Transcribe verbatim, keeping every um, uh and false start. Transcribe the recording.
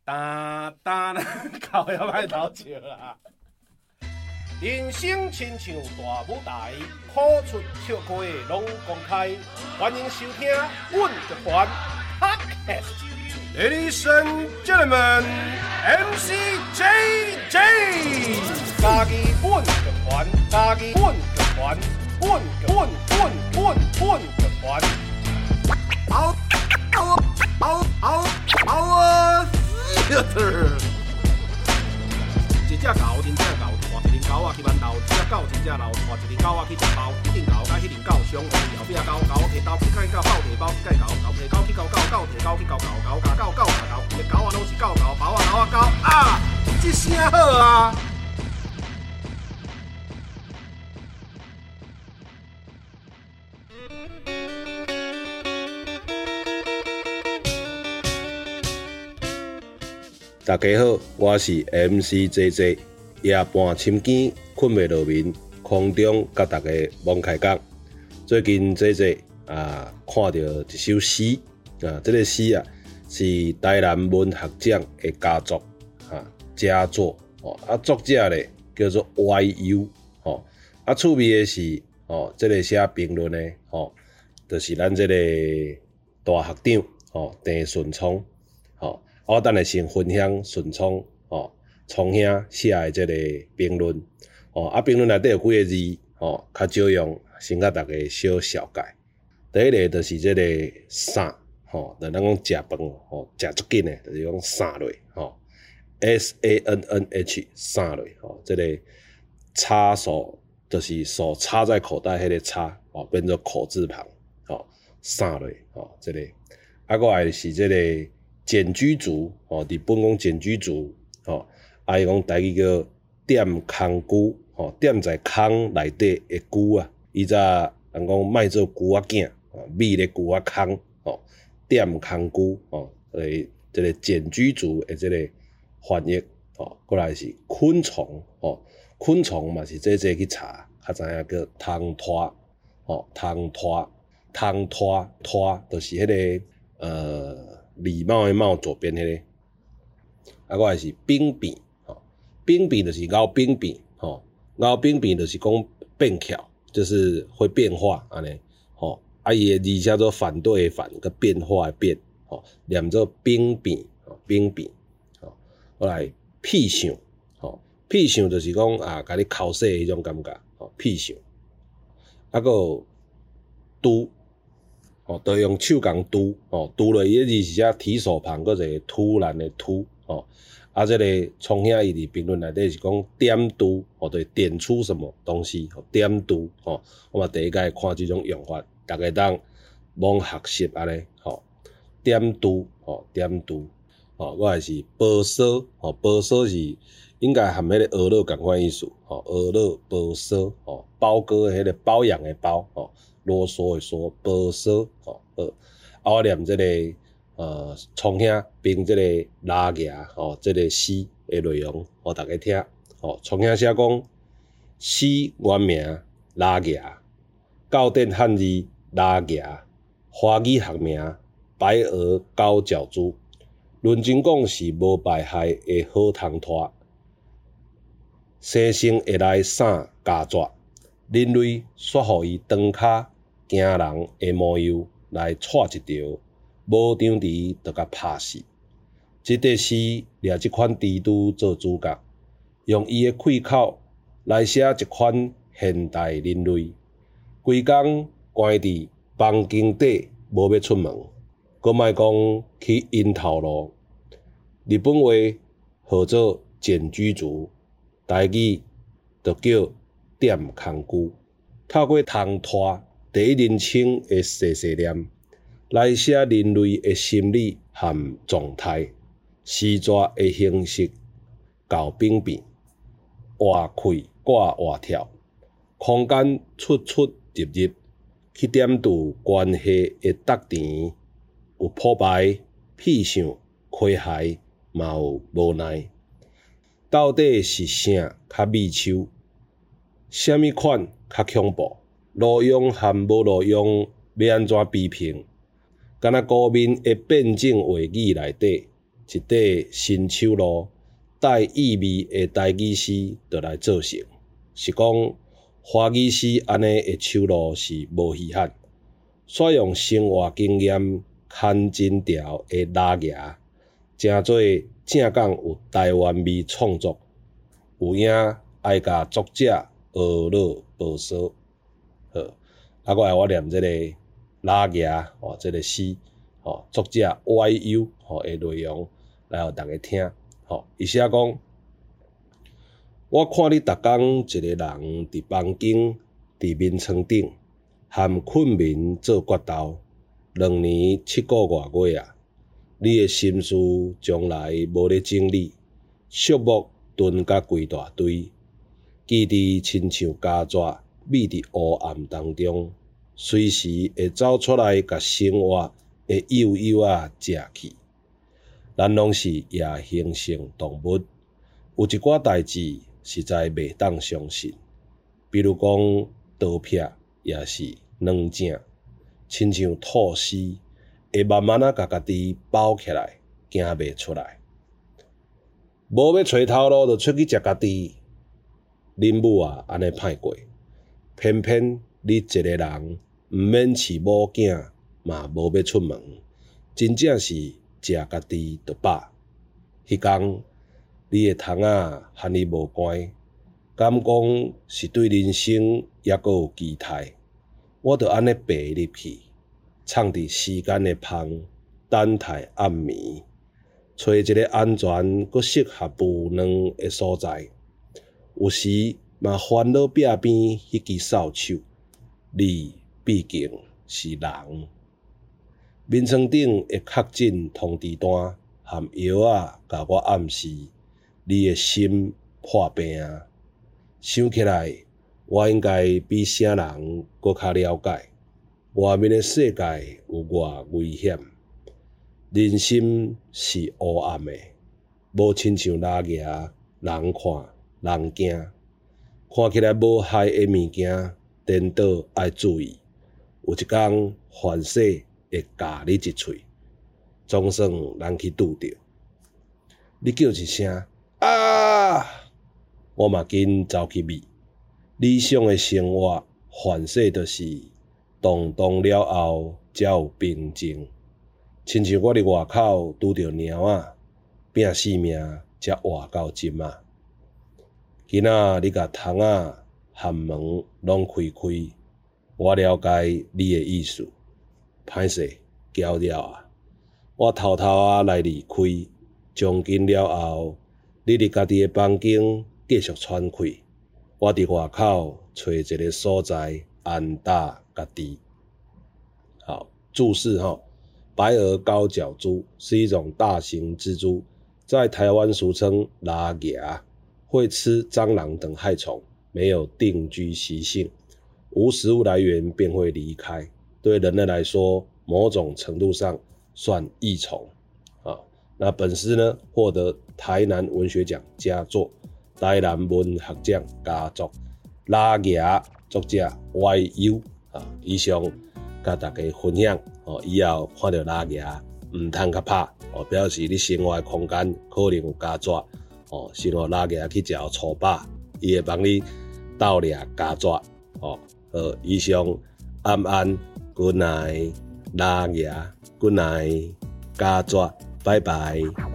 哒哒啦，靠也歹偷笑啦。人生亲像大舞台，苦出笑开拢公开。欢迎收听《阮乐团 Podcast》。Ladies and gentlemen, M C J J， 家己阮乐团，家己阮乐团，阮阮阮阮阮乐团。嗷嗷嗷嗷嗷theater。一只狗，真正狗，换一只狗仔去馒头；一只狗，真正老，换一只狗仔去食包。一阵狗甲迄阵狗相互后壁狗，狗摕刀去甲狗，狗摕包去甲狗，狗摕狗去搞狗，狗摕狗去搞狗，狗甲狗，狗甲狗，个狗仔拢是狗狗，包仔狗仔狗啊！这声好啊！ 大家好，我是 M C J J， 夜半深更困袂落眠，空中甲大家忙开讲。最近 J J 啊，看到一首诗啊，这个诗啊是台南文学奖的佳作啊，佳作哦啊，作者咧叫做 Y U 哦啊，趣味的是哦，这个写评论的哦，就是咱这个大学长哦，郑顺聪哦。我等下先分享顺聪哦，聪兄写的这个评论哦，啊评论内底有几个字哦，较少用，先甲大家小小解。第一个就是这个散吼，就咱讲食饭吼，食足紧的，就是讲散落吼 ，S A N N H 散落吼，这个插手就是手插在口袋迄个插哦，变做口字旁哦，散落吼，这个啊，过来是这个。简居族哦，日本讲简居族哦，啊伊讲台语叫踮空居哦，踮在空内底的居啊，伊早人讲卖做居仔囝哦，米咧居仔空哦，踮空居哦，诶，这个简居族的这个翻译哦，过来是昆虫哦，昆虫嘛是这这去查，较知影叫汤拖哦，汤拖汤拖拖，就是迄个呃。礼貌的貌左边迄、那个，啊，我也是兵变，吼，兵变就是咬兵变，吼，咬兵变就是讲变巧，就是会变化安尼，吼，啊伊的字叫做反对的反，个变化的变，吼，念做兵变，吼，兵变，吼，后来屁想，吼，屁想就是讲啊，甲你口水迄种感觉，吼，屁想，啊个有拄。哦，都用手共拄，哦，拄落伊个字是写提手旁，搁一个突然的突，哦，啊，这个聪兄伊伫评论内底是讲点拄，哦，对，点出什么东西，哦，点拄，哦，我嘛第一届看这种用法，大家当忙学习安尼，吼，点拄，哦，点拄，哦，我也是保守，哦，保守是应该含迄个鹅肉共款意思，哦，鹅肉保守，哦，包哥迄个包养的包，哦。啰嗦的说，保守吼，呃，啊，我念这个呃，聪兄并这个拉牙吼，这个诗的内容，互大家听。吼，聪兄写讲，诗原名拉牙，教典汉字拉牙，华语学名白鹅高脚蛛。论真讲是无败害的好汤拖，生性会来散佳作，人类煞互伊长骹。惊人的模样来带一条，无张弛就甲拍死。这块诗掠这款蜘蛛做主角，用伊的开口来写一款现代人类，规工关伫房间底无要出门，阁莫讲去阴头路。日本话号做简居族，台语就叫踮空居，透过汤拖。第一人称的细细念，来写人类的心理和状态，诗作的形式较兵变，活开挂活跳，空间出出入入，去点度关系的特点，有破败、痞想、詼諧，嘛有无奈。到底是啥较美丑？啥物款较恐怖？路用和无路用要安怎比拼？敢若高面的辩证话语内底， 一块新手路带意味的台语诗就来做成，是讲华语诗安尼的手路是无稀罕，选用生活经验牵真条的拉牙，正做正港有台湾味创作，有影爱甲作者学乐报说。好，啊，我来我念这个拉牙哦，这个诗哦，作者 Y U 哦的内容来互大家听。哦，伊写讲，我看你逐工一个人伫房间，伫眠床顶，和困眠做决斗，两年七个外月啊，你的心事从来无咧整理，寂寞囤甲规大堆，记忆亲像胶纸，密伫黑暗当中，随时会走出来，甲生活的幼幼啊食去。咱拢是野行性动物，有一寡代志实在袂当相信，比如讲刀片，也是软井，亲像吐丝，会慢慢啊甲家己包起来，行袂出来。无要找头路，就出去食家己。恁母啊，安尼歹过，偏偏你一个人毋免饲某囝，嘛无要出门，真正是食家己就饱。迄天，你的窗仔和你无关，敢讲是对人生也阁有期待。我就安尼爬入去，藏伫时间的缝，等待暗暝，找一个安全阁适合父娘的所在。有时嘛烦恼壁边迄支扫帚，你毕竟是人。眠床顶的确诊通知单和药仔，甲我暗示你的心破病啊。想起来，我应该比啥人搁较了解，外面的世界有偌危险，人心是黑暗的，无亲像拉牙，人看人惊，看起来无害的物件，颠倒爱注意，有一天凡世会咬你一喙，总算咱去拄着。你叫一声啊，我嘛紧走去觅。理想的生活，凡世就是动动了后才有平静。亲像我伫外口拄着猫仔，拼性命才活到今仔。今仔你甲窗仔和门拢开开，我了解你的意思。歹势，搅了啊！我偷偷啊来离开，将近了后，你伫家己的房间继续喘气。我伫外口找一个所在安搭家己。好，注释哈，白额高脚蛛是一种大型蜘蛛，在台湾俗称拉牙，会吃蟑螂等害虫，没有定居习性，无食物来源便会离开。对人类来说，某种程度上算益虫啊。那本诗呢，获得台南文学奖佳作。台南文学奖佳作，拉牙作者 Y U 啊，以上甲大家分享哦。以后看到拉牙，唔通较拍哦，表示你生活的空间可能有加纸哦。生活拉牙去食粗饱，伊会帮你倒掠加纸哦。好，以上晚安 ，Good night， 拉牙 ，Good night， 加纸，拜拜。